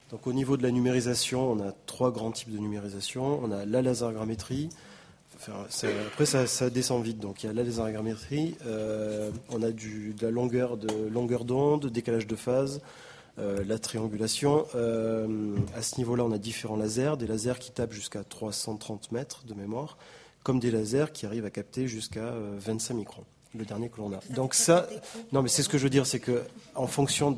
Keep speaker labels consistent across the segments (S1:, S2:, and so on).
S1: Donc au niveau de la numérisation, on a 3 grands types de numérisation. On a la lasergrammétrie. Après, ça descend vite. Donc il y a la lasergrammétrie. On a de la longueur d'onde, décalage de phase, la triangulation. À ce niveau-là, on a différents lasers. Des lasers qui tapent jusqu'à 330 mètres de mémoire, comme des lasers qui arrivent à capter jusqu'à 25 microns. Le dernier que l'on a. Donc ça, non, mais c'est ce que je veux dire, c'est que en fonction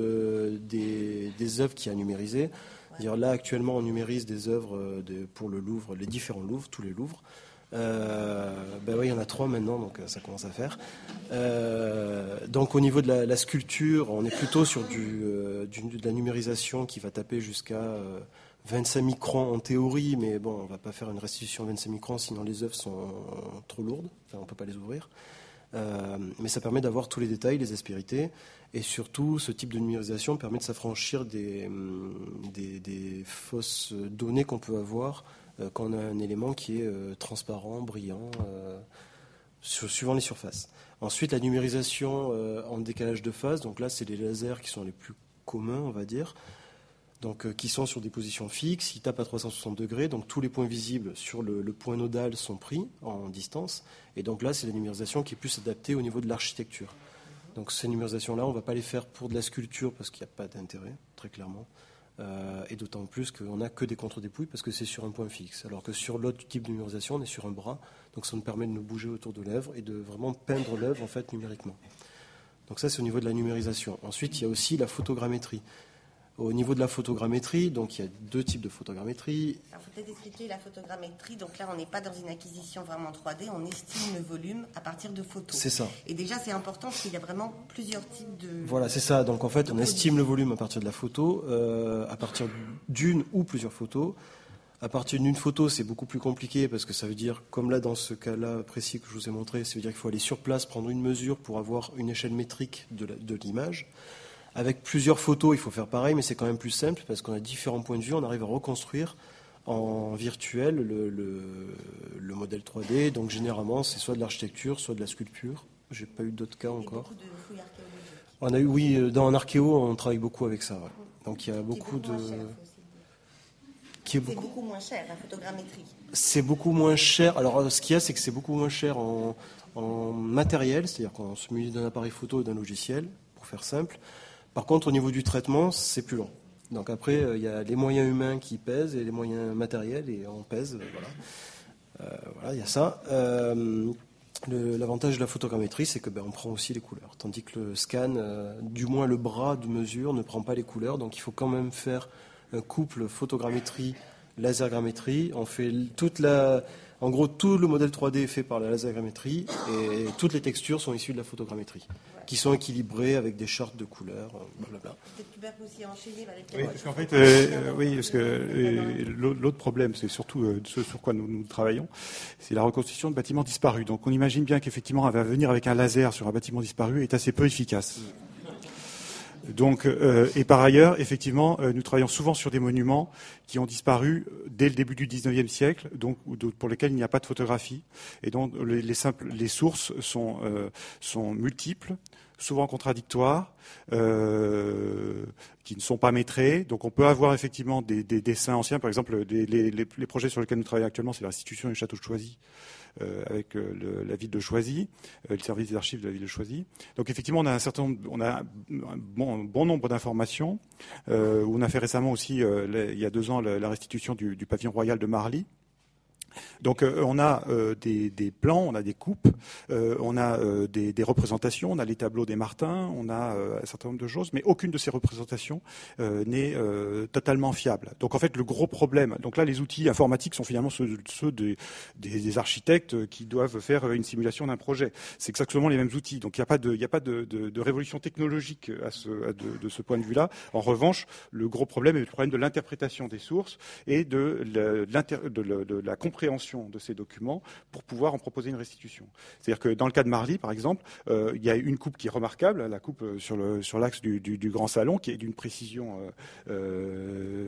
S1: des œuvres qu'il y a numériser, dire là actuellement on numérise des œuvres pour le Louvre, les différents Louvres, tous les Louvres. Oui, il y en a 3 maintenant, donc ça commence à faire. Donc au niveau de la sculpture, on est plutôt sur de la numérisation qui va taper jusqu'à 25 microns en théorie, mais bon, on ne va pas faire une restitution à 25 microns, sinon les œuvres sont trop lourdes, enfin, on ne peut pas les ouvrir. Mais ça permet d'avoir tous les détails, les aspérités, et surtout ce type de numérisation permet de s'affranchir des fausses données qu'on peut avoir quand on a un élément qui est transparent, brillant, suivant les surfaces. Ensuite, la numérisation en décalage de phase, donc là c'est les lasers qui sont les plus communs, on va dire, donc qui sont sur des positions fixes, ils tapent à 360 degrés, donc tous les points visibles sur le point nodal sont pris en distance, et donc là c'est la numérisation qui est plus adaptée au niveau de l'architecture. Donc ces numérisations-là, on ne va pas les faire pour de la sculpture parce qu'il n'y a pas d'intérêt, très clairement, et d'autant plus qu'on n'a que des contre-dépouilles parce que c'est sur un point fixe, alors que sur l'autre type de numérisation, on est sur un bras, donc ça nous permet de nous bouger autour de l'œuvre et de vraiment peindre l'œuvre en fait numériquement. Donc ça c'est au niveau de la numérisation. Ensuite, il y a aussi la photogrammétrie. Au niveau de la photogrammétrie, donc il y a 2 types de photogrammétrie.
S2: Il faut peut-être expliquer la photogrammétrie. Donc là, on n'est pas dans une acquisition vraiment 3D, on estime le volume à partir de photos.
S1: C'est ça.
S2: Et déjà, c'est important parce qu'il y a vraiment plusieurs types de...
S1: Voilà, c'est ça. Donc en fait, on estime le volume à partir de la photo, à partir d'une ou plusieurs photos. À partir d'une photo, c'est beaucoup plus compliqué parce que ça veut dire, comme là dans ce cas-là précis que je vous ai montré, ça veut dire qu'il faut aller sur place, prendre une mesure pour avoir une échelle métrique de l'image. Avec plusieurs photos, il faut faire pareil, mais c'est quand même plus simple parce qu'on a différents points de vue, on arrive à reconstruire en virtuel le modèle 3D. Donc généralement, c'est soit de l'architecture, soit de la sculpture. J'ai pas eu d'autres cas encore.
S2: Beaucoup de fouilles archéologiques.
S1: On a eu, oui, dans archéo, on travaille beaucoup avec ça. Ouais. Donc il y a beaucoup de...
S2: C'est beaucoup moins cher, la photogrammétrie.
S1: C'est beaucoup moins cher. Alors, ce qu'il y a, c'est que c'est beaucoup moins cher en matériel, c'est-à-dire qu'on se munit d'un appareil photo et d'un logiciel, pour faire simple. Par contre, au niveau du traitement, c'est plus long. Donc après, il y a les moyens humains qui pèsent et les moyens matériels, et on pèse. Voilà, il y a ça. L'avantage de la photogrammétrie, c'est que on prend aussi les couleurs. Tandis que le scan, du moins le bras de mesure, ne prend pas les couleurs. Donc il faut quand même faire un couple photogrammétrie, lasergrammétrie. On fait en gros, tout le modèle 3D est fait par la lasergrammétrie et toutes les textures sont issues de la photogrammétrie, qui sont équilibrées avec des chartes de couleurs, blablabla.
S2: Peut-être Hubert peut aussi enchaîner avec...
S3: Oui, parce qu'en fait, parce que l'autre problème, c'est surtout ce sur quoi nous travaillons, c'est la reconstitution de bâtiments disparus. Donc on imagine bien qu'effectivement, venir avec un laser sur un bâtiment disparu est assez peu efficace. Donc, et par ailleurs, effectivement, nous travaillons souvent sur des monuments qui ont disparu dès le début du XIXe siècle, donc pour lesquels il n'y a pas de photographie, et dont les sources sont multiples, souvent contradictoires, qui ne sont pas maîtrés. Donc on peut avoir effectivement des dessins anciens. Par exemple, les projets sur lesquels nous travaillons actuellement, c'est la restitution du château de Choisy, avec la ville de Choisy, le service des archives de la ville de Choisy. Donc effectivement, on a un bon nombre d'informations. On a fait récemment aussi, il y a 2 ans, la restitution du pavillon royal de Marly. Donc on a des plans, on a des coupes, on a des représentations, on a les tableaux des Martins, on a un certain nombre de choses, mais aucune de ces représentations n'est totalement fiable. Donc en fait le gros problème, donc là les outils informatiques sont finalement ceux des architectes qui doivent faire une simulation d'un projet. C'est exactement les mêmes outils, donc il n'y a pas de révolution technologique de ce point de vue-là. En revanche, le gros problème est le problème de l'interprétation des sources et de la compréhension de ces documents pour pouvoir en proposer une restitution. C'est-à-dire que dans le cas de Marly, par exemple, il y a une coupe qui est remarquable, la coupe sur l'axe du Grand Salon, qui est d'une précision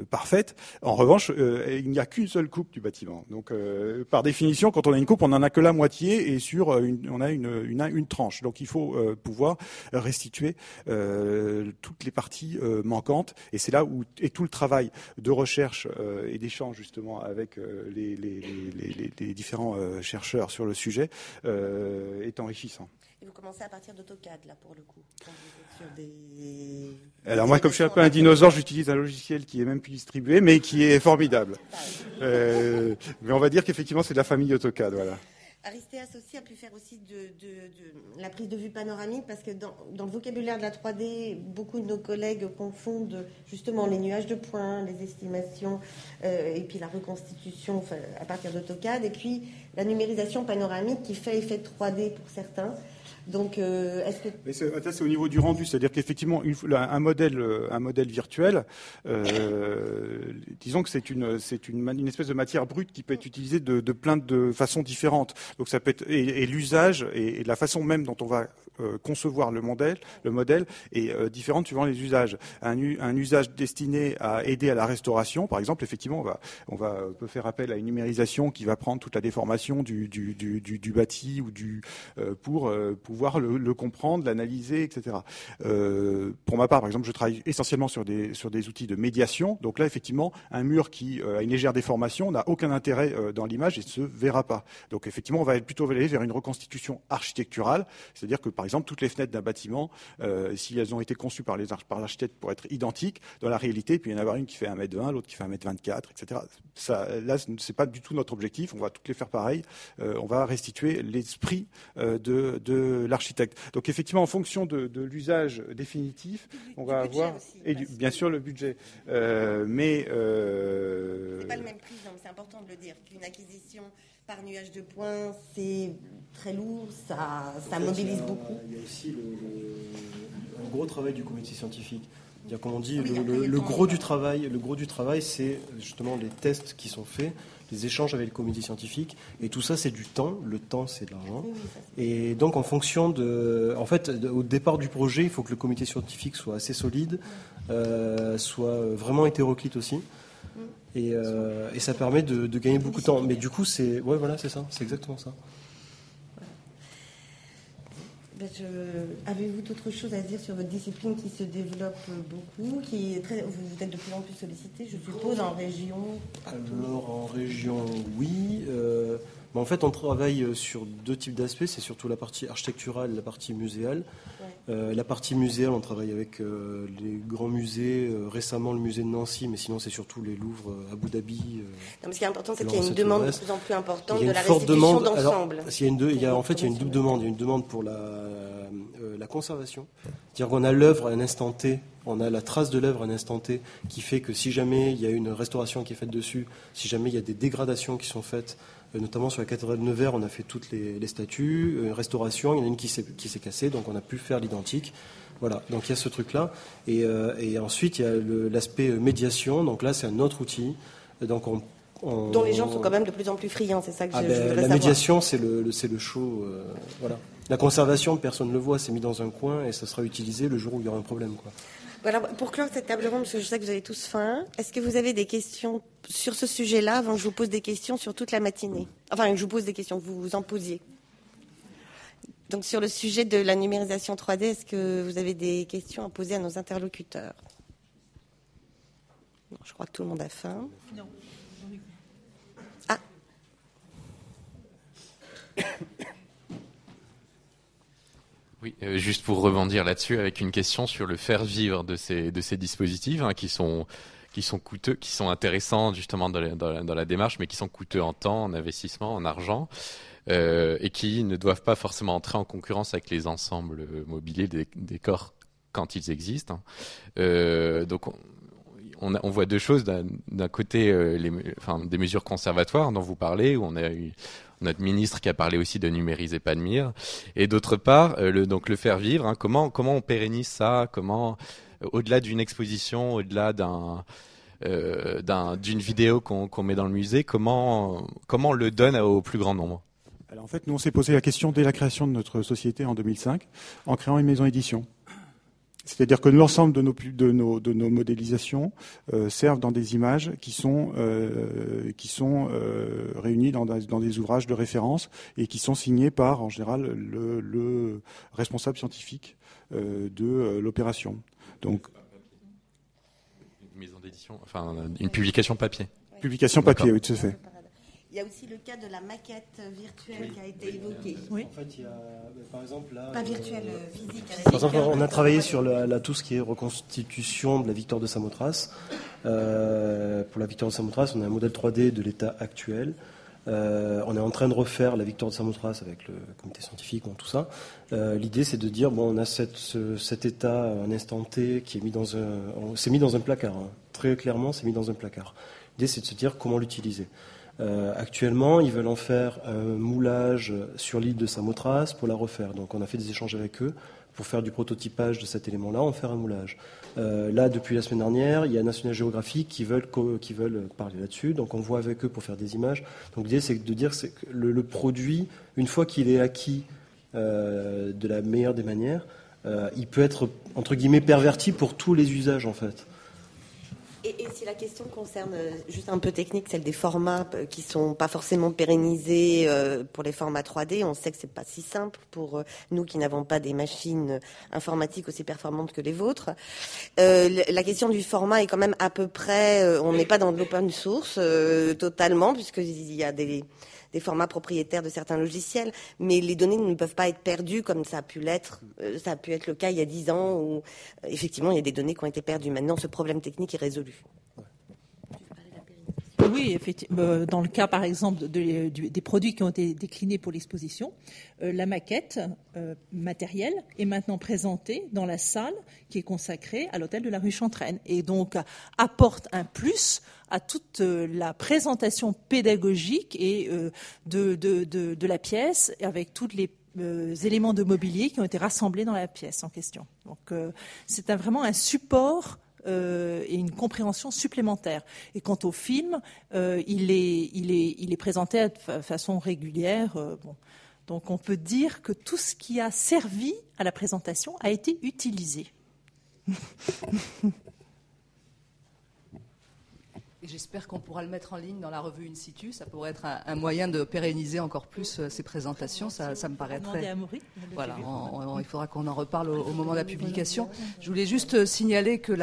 S3: parfaite. En revanche, il n'y a qu'une seule coupe du bâtiment. Donc, par définition, quand on a une coupe, on n'en a que la moitié et on a une tranche. Donc, il faut pouvoir restituer toutes les parties manquantes. Et c'est là où est tout le travail de recherche et d'échange justement avec les différents chercheurs sur le sujet est enrichissant.
S2: Et vous commencez à partir d'AutoCAD, là, pour le coup, quand vous êtes sur des...
S3: Alors moi, comme je suis un peu un dinosaure, j'utilise un logiciel qui est même plus distribué, mais qui est formidable. Mais on va dire qu'effectivement, c'est de la famille AutoCAD, voilà.
S2: Aristea aussi a pu faire aussi de la prise de vue panoramique, parce que dans le vocabulaire de la 3D, beaucoup de nos collègues confondent justement les nuages de points, les estimations, et puis la reconstitution à partir d'AutoCAD, et puis la numérisation panoramique qui fait effet 3D pour certains. Donc, est-ce que...
S3: Mais c'est au niveau du rendu, c'est-à-dire qu'effectivement, un modèle virtuel, disons que c'est une espèce de matière brute qui peut être utilisée de plein de façons différentes. Donc ça peut être et l'usage et la façon même dont on va concevoir le modèle est différente suivant les usages. Un usage destiné à aider à la restauration, par exemple, effectivement, on peut faire appel à une numérisation qui va prendre toute la déformation du bâti ou pour pouvoir le comprendre, l'analyser, etc. Pour ma part, par exemple, je travaille essentiellement sur des outils de médiation. Donc là, effectivement, un mur qui a une légère déformation n'a aucun intérêt dans l'image et ne se verra pas. Donc effectivement, on va plutôt aller vers une reconstitution architecturale, c'est-à-dire que, par exemple, toutes les fenêtres d'un bâtiment, si elles ont été conçues par l'architecte pour être identiques, dans la réalité, puis il y en a une qui fait 1m20, l'autre qui fait 1m24, etc. Là, c'est pas du tout notre objectif. On va toutes les faire pareil. On va restituer l'esprit de l'architecte. Donc effectivement, en fonction de l'usage définitif, on va avoir bien sûr le budget.
S2: C'est pas le même prix, donc c'est important de le dire. Qu'une acquisition par nuage de points, c'est très lourd, ça mobilise beaucoup.
S1: Il y a aussi un gros travail du comité scientifique. Comme on dit, le gros du travail, c'est justement les tests qui sont faits, les échanges avec le comité scientifique, et tout ça, c'est du temps. Le temps, c'est de l'argent. Et donc, en fonction au départ du projet, il faut que le comité scientifique soit assez solide, soit vraiment hétéroclite aussi. Et ça permet de gagner beaucoup de temps. Mais du coup, c'est ça, c'est exactement ça.
S2: Avez-vous d'autres choses à dire sur votre discipline qui se développe beaucoup, vous êtes de plus en plus sollicité, je suppose, en région?
S1: Alors, en région, oui. En fait, on travaille sur deux types d'aspects. C'est surtout la partie architecturale et la partie muséale. La partie muséale, on travaille avec les grands musées. Récemment, le musée de Nancy, mais sinon, c'est surtout les Louvres, Abu Dhabi.
S2: Ce qui est important, c'est qu'il y a une demande de plus en plus importante de la restitution d'ensemble.
S1: Il y a une double demande. Il y a une demande pour la conservation. C'est-à-dire qu'on a l'œuvre à un instant T, on a la trace de l'œuvre à un instant T, qui fait que si jamais il y a une restauration qui est faite dessus, si jamais il y a des dégradations qui sont faites, notamment sur la cathédrale de Nevers, on a fait toutes les statues, restauration, il y en a une qui s'est cassée, donc on a pu faire l'identique. Voilà, donc il y a ce truc-là. Et ensuite, il y a l'aspect médiation, donc là, c'est un autre outil. Donc
S2: dont les gens sont quand même de plus en plus friands, c'est ça que je voudrais savoir.
S1: La médiation, c'est le show. Voilà. La conservation, personne ne le voit, c'est mis dans un coin et ça sera utilisé le jour où il y aura un problème, quoi.
S2: Voilà, pour clore cette table ronde, parce que je sais que vous avez tous faim, est-ce que vous avez des questions sur ce sujet-là avant que je vous pose des questions sur toute la matinée? Enfin, que je vous pose des questions, que vous en posiez. Donc, sur le sujet de la numérisation 3D, est-ce que vous avez des questions à poser à nos interlocuteurs? Non, je crois que tout le monde a faim. Non. Ah.
S4: Oui, juste pour rebondir là-dessus, avec une question sur le faire vivre de ces dispositifs qui sont coûteux, qui sont intéressants justement dans la démarche, mais qui sont coûteux en temps, en investissement, en argent, et qui ne doivent pas forcément entrer en concurrence avec les ensembles mobiliers des corps quand ils existent. Donc on voit deux choses. D'un côté, des mesures conservatoires dont vous parlez, où on a eu notre ministre qui a parlé aussi de numériser, pas de mire. Et d'autre part, donc le faire vivre. Comment on pérennise ça? Comment, au-delà d'une exposition, au-delà d'une vidéo qu'on met dans le musée, comment on le donne au plus grand nombre?
S3: Alors en fait, nous on s'est posé la question dès la création de notre société en 2005, en créant une maison édition. C'est-à-dire que l'ensemble de nos modélisations servent dans des images qui sont réunies dans des ouvrages de référence et qui sont signés par, en général, le responsable scientifique de l'opération. Donc,
S4: une maison d'édition, enfin une publication papier.
S3: Publication papier, oui, tout à fait.
S2: Il y a aussi le cas de la maquette virtuelle qui a été évoquée.
S1: Oui. En fait, il y a, par exemple, là,
S2: pas virtuelle, physique.
S1: Par exemple, on a travaillé sur tout ce qui est reconstitution de la victoire de Samothrace. Pour la victoire de Samothrace, on a un modèle 3D de l'état actuel. On est en train de refaire la victoire de Samothrace avec le comité scientifique, tout ça. L'idée, c'est de dire, on a cet état, un instant T, qui est s'est mis dans un placard. Hein. Très clairement, c'est mis dans un placard. L'idée, c'est de se dire comment l'utiliser. Actuellement, ils veulent en faire un moulage sur l'île de Samothrace pour la refaire. Donc on a fait des échanges avec eux pour faire du prototypage de cet élément-là, en faire un moulage. Là, depuis la semaine dernière, il y a National Geographic qui veulent parler là-dessus. Donc on voit avec eux pour faire des images. Donc l'idée, c'est de dire que le produit, une fois qu'il est acquis de la meilleure des manières, il peut être, entre guillemets, perverti pour tous les usages, en fait.
S2: Et si la question concerne juste un peu technique, celle des formats qui sont pas forcément pérennisés pour les formats 3D, on sait que c'est pas si simple pour nous qui n'avons pas des machines informatiques aussi performantes que les vôtres. La question du format est quand même à peu près, on n'est pas dans de l'open source totalement, puisqu'il y a des formats propriétaires de certains logiciels, mais les données ne peuvent pas être perdues comme ça a pu l'être. Ça a pu être le cas il y a 10 ans où, effectivement, il y a des données qui ont été perdues. Maintenant, ce problème technique est résolu.
S5: Oui, effectivement. Dans le cas, par exemple, des produits qui ont été déclinés pour l'exposition, la maquette matérielle est maintenant présentée dans la salle qui est consacrée à l'hôtel de la rue Chantraine et donc apporte un plus à toute la présentation pédagogique et de la pièce avec tous les éléments de mobilier qui ont été rassemblés dans la pièce en question. Donc c'est vraiment un support et une compréhension supplémentaire. Et quant au film, il est présenté de façon régulière. Donc on peut dire que tout ce qui a servi à la présentation a été utilisé.
S6: Et j'espère qu'on pourra le mettre en ligne dans la revue In Situ. Ça pourrait être un moyen de pérenniser encore plus ces présentations. Ça me paraît très... Voilà, il faudra qu'on en reparle au moment de la publication. Je voulais juste signaler que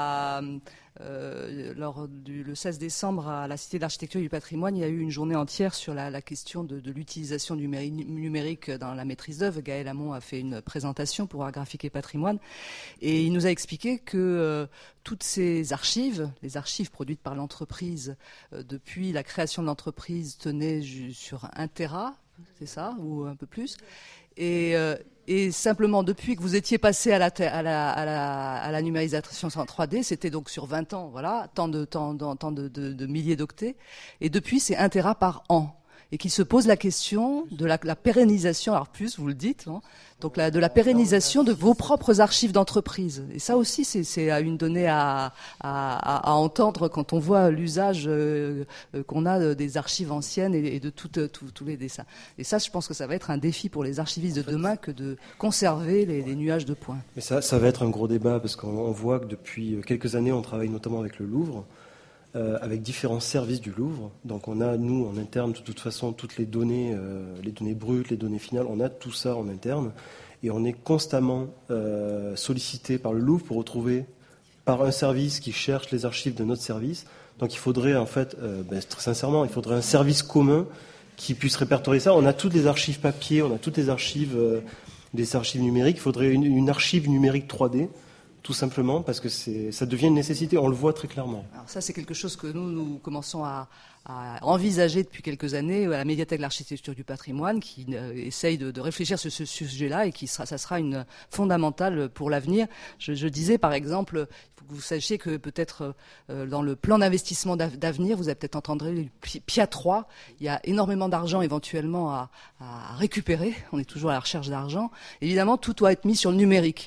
S6: lors le 16 décembre à la Cité de l'Architecture et du Patrimoine, il y a eu une journée entière sur la question de l'utilisation du numérique dans la maîtrise d'œuvre. Gaël Hamon a fait une présentation pour Art Graphique et Patrimoine et il nous a expliqué que toutes ces archives, les archives produites par l'entreprise depuis la création de l'entreprise tenaient sur 1 Tera, c'est ça, ou un peu plus. Et simplement, depuis que vous étiez passé à la numérisation en 3D, c'était donc sur 20 ans, voilà, tant de milliers d'octets. Et depuis, c'est 1 Tera par an. Et qui se pose la question de la pérennisation, alors plus, vous le dites, hein, donc de la pérennisation de vos propres archives d'entreprise. Et ça aussi, c'est une donnée à entendre quand on voit l'usage qu'on a des archives anciennes et de tous les dessins. Et ça, je pense que ça va être un défi pour les archivistes de demain que de conserver les nuages de points.
S1: Mais ça va être un gros débat parce qu'on voit que depuis quelques années, on travaille notamment avec le Louvre. Avec différents services du Louvre. Donc on a, nous, en interne, de toute façon, toutes les données brutes, les données finales, on a tout ça en interne. Et on est constamment sollicité par le Louvre pour retrouver par un service qui cherche les archives de notre service. Donc il faudrait, en fait, très sincèrement, il faudrait un service commun qui puisse répertorier ça. On a toutes les archives papier, on a toutes les archives, des archives numériques. Il faudrait une archive numérique 3D. Tout simplement parce que ça devient une nécessité, on le voit très clairement.
S6: Alors ça, c'est quelque chose que nous commençons à envisager depuis quelques années à la médiathèque de l'Architecture du Patrimoine, qui essaye de réfléchir sur ce sujet-là et ça sera une fondamentale pour l'avenir. Je disais, par exemple, il faut que vous sachiez que peut-être dans le plan d'investissement d'avenir, vous avez peut-être entendu le PIA 3, il y a énormément d'argent éventuellement à récupérer. On est toujours à la recherche d'argent. Évidemment, tout doit être mis sur le numérique.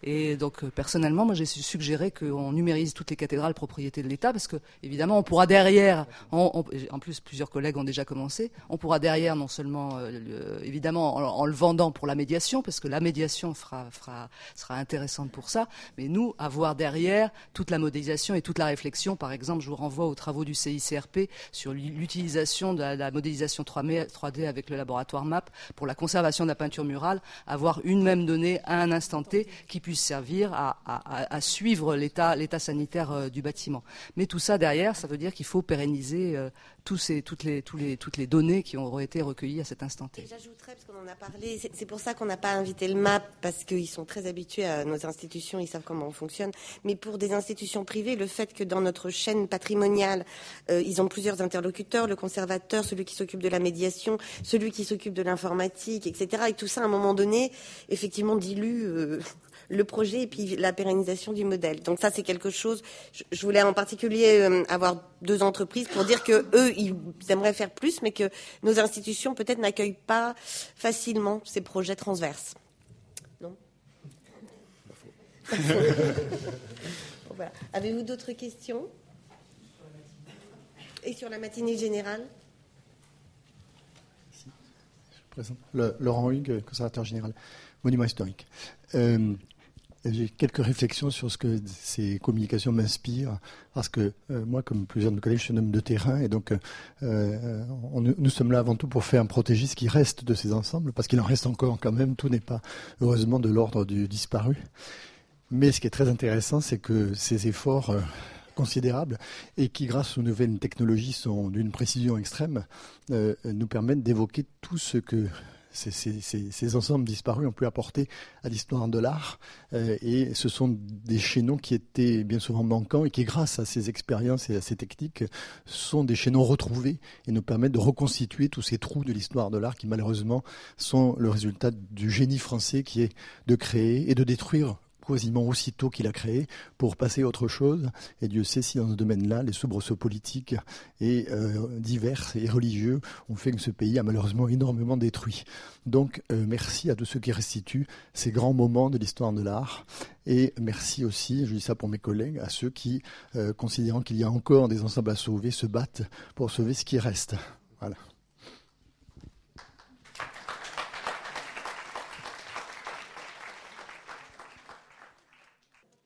S6: Et donc, personnellement, moi, j'ai suggéré qu'on numérise toutes les cathédrales propriété de l'État, parce que, évidemment, on pourra derrière, en plus, plusieurs collègues ont déjà commencé, on pourra derrière, non seulement, évidemment, en le vendant pour la médiation, parce que la médiation sera intéressante pour ça, mais nous, avoir derrière toute la modélisation et toute la réflexion. Par exemple, je vous renvoie aux travaux du CICRP sur l'utilisation de la modélisation 3D avec le laboratoire MAP pour la conservation de la peinture murale, avoir une même donnée à un instant T qui puisse servir à suivre l'état sanitaire du bâtiment. Mais tout ça derrière, ça veut dire qu'il faut pérenniser toutes les données qui auront été recueillies à cet instant T.
S2: Et j'ajouterais, parce qu'on en a parlé, c'est pour ça qu'on n'a pas invité le MAP, parce qu'ils sont très habitués à nos institutions, ils savent comment on fonctionne. Mais pour des institutions privées, le fait que dans notre chaîne patrimoniale, ils ont plusieurs interlocuteurs, le conservateur, celui qui s'occupe de la médiation, celui qui s'occupe de l'informatique, etc. Et tout ça, à un moment donné, effectivement, dilue le projet et puis la pérennisation du modèle. Donc ça, c'est quelque chose. Je voulais en particulier avoir 2 entreprises pour dire que eux, ils aimeraient faire plus, mais que nos institutions peut-être n'accueillent pas facilement ces projets transverses. Non. Bon, voilà. Avez-vous d'autres questions? Et sur la matinée générale?
S7: Je présente Laurent Hugues, conservateur général, monument historique. J'ai quelques réflexions sur ce que ces communications m'inspirent, parce que moi, comme plusieurs de mes collègues, je suis un homme de terrain, et donc nous sommes là avant tout pour faire protéger ce qui reste de ces ensembles, parce qu'il en reste encore quand même, tout n'est pas heureusement de l'ordre du disparu. Mais ce qui est très intéressant, c'est que ces efforts considérables, et qui, grâce aux nouvelles technologies, sont d'une précision extrême, nous permettent d'évoquer tout ce que ces ensembles disparus ont pu apporter à l'histoire de l'art, et ce sont des chaînons qui étaient bien souvent manquants et qui, grâce à ces expériences et à ces techniques, sont des chaînons retrouvés et nous permettent de reconstituer tous ces trous de l'histoire de l'art qui, malheureusement, sont le résultat du génie français qui est de créer et de détruire quasiment aussitôt qu'il a créé, pour passer à autre chose. Et Dieu sait si dans ce domaine-là, les soubresauts politiques et divers et religieux ont fait que ce pays a malheureusement énormément détruit. Donc merci à tous ceux qui restituent ces grands moments de l'histoire de l'art. Et merci aussi, je dis ça pour mes collègues, à ceux qui, considérant qu'il y a encore des ensembles à sauver, se battent pour sauver ce qui reste. Voilà.